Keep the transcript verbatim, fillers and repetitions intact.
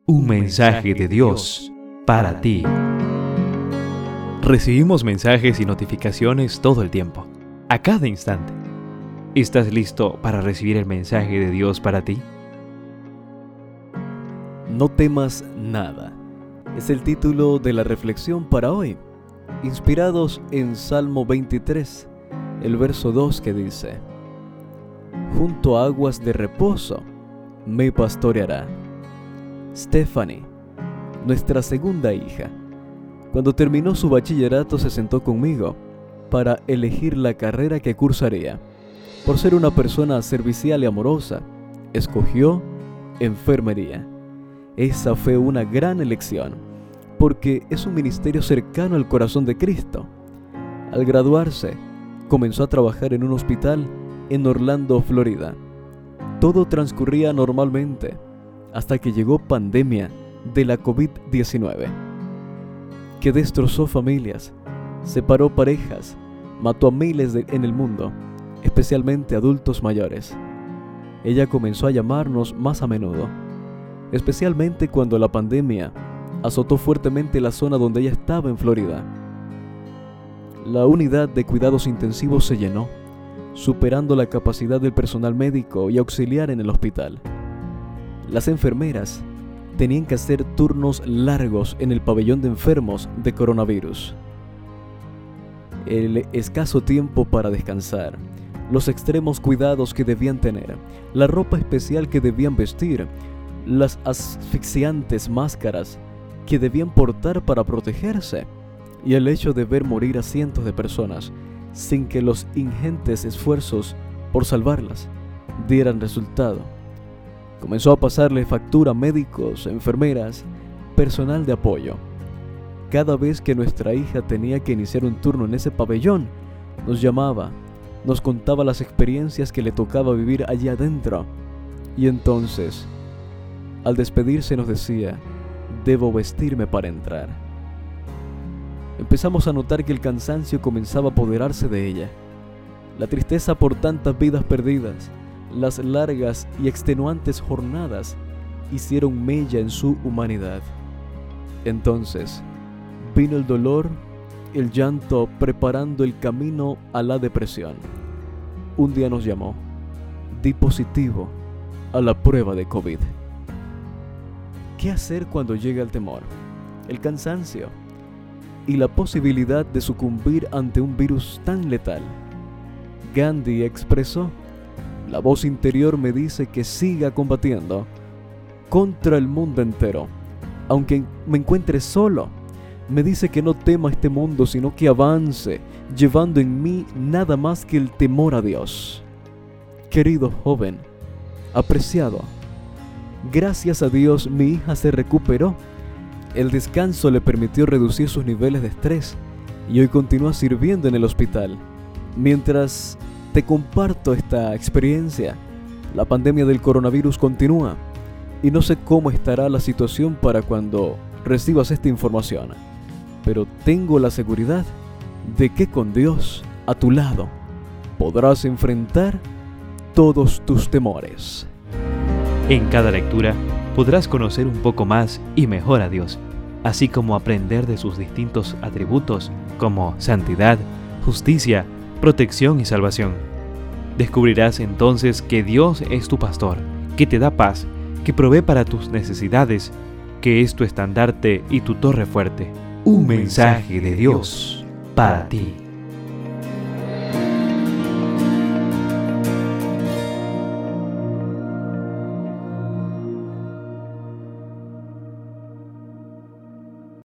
Un mensaje de Dios para ti. Recibimos mensajes y notificaciones todo el tiempo, a cada instante. ¿Estás listo para recibir el mensaje de Dios para ti? No temas nada. Es el título de la reflexión para hoy, inspirados en Salmo veintitrés, el verso dos que dice: Junto a aguas de reposo me pastoreará. Stephanie, nuestra segunda hija, cuando terminó su bachillerato se sentó conmigo para elegir la carrera que cursaría. Por ser una persona servicial y amorosa, escogió enfermería. Esa fue una gran elección, porque es un ministerio cercano al corazón de Cristo. Al graduarse, comenzó a trabajar en un hospital en Orlando, Florida. Todo transcurría normalmente, hasta que llegó pandemia de la covid diecinueve, que destrozó familias, separó parejas, mató a miles de, en el mundo, especialmente adultos mayores. Ella comenzó a llamarnos más a menudo, especialmente cuando la pandemia azotó fuertemente la zona donde ella estaba en Florida. La unidad de cuidados intensivos se llenó, superando la capacidad del personal médico y auxiliar en el hospital. Las enfermeras tenían que hacer turnos largos en el pabellón de enfermos de coronavirus. El escaso tiempo para descansar, los extremos cuidados que debían tener, la ropa especial que debían vestir, las asfixiantes máscaras que debían portar para protegerse, y el hecho de ver morir a cientos de personas sin que los ingentes esfuerzos por salvarlas dieran resultado. Comenzó a pasarle factura a médicos, enfermeras, personal de apoyo. Cada vez que nuestra hija tenía que iniciar un turno en ese pabellón, nos llamaba, nos contaba las experiencias que le tocaba vivir allá adentro. Y entonces, al despedirse nos decía: debo vestirme para entrar. Empezamos a notar que el cansancio comenzaba a apoderarse de ella. La tristeza por tantas vidas perdidas, las largas y extenuantes jornadas hicieron mella en su humanidad. Entonces, vino el dolor, el llanto, preparando el camino a la depresión. Un día nos llamó: di positivo a la prueba de COVID. ¿Qué hacer cuando llega el temor, el cansancio y la posibilidad de sucumbir ante un virus tan letal? Gandhi expresó: la voz interior me dice que siga combatiendo contra el mundo entero, aunque me encuentre solo. Me dice que no tema este mundo, sino que avance, llevando en mí nada más que el temor a Dios. Querido joven, apreciado, gracias a Dios mi hija se recuperó. El descanso le permitió reducir sus niveles de estrés y hoy continúa sirviendo en el hospital. Mientras te comparto esta experiencia, la pandemia del coronavirus continúa y no sé cómo estará la situación para cuando recibas esta información, pero tengo la seguridad de que con Dios a tu lado podrás enfrentar todos tus temores. En cada lectura podrás conocer un poco más y mejor a Dios, así como aprender de sus distintos atributos como santidad, justicia, protección y salvación. Descubrirás entonces que Dios es tu pastor, que te da paz, que provee para tus necesidades, que es tu estandarte y tu torre fuerte. Un mensaje de Dios para ti.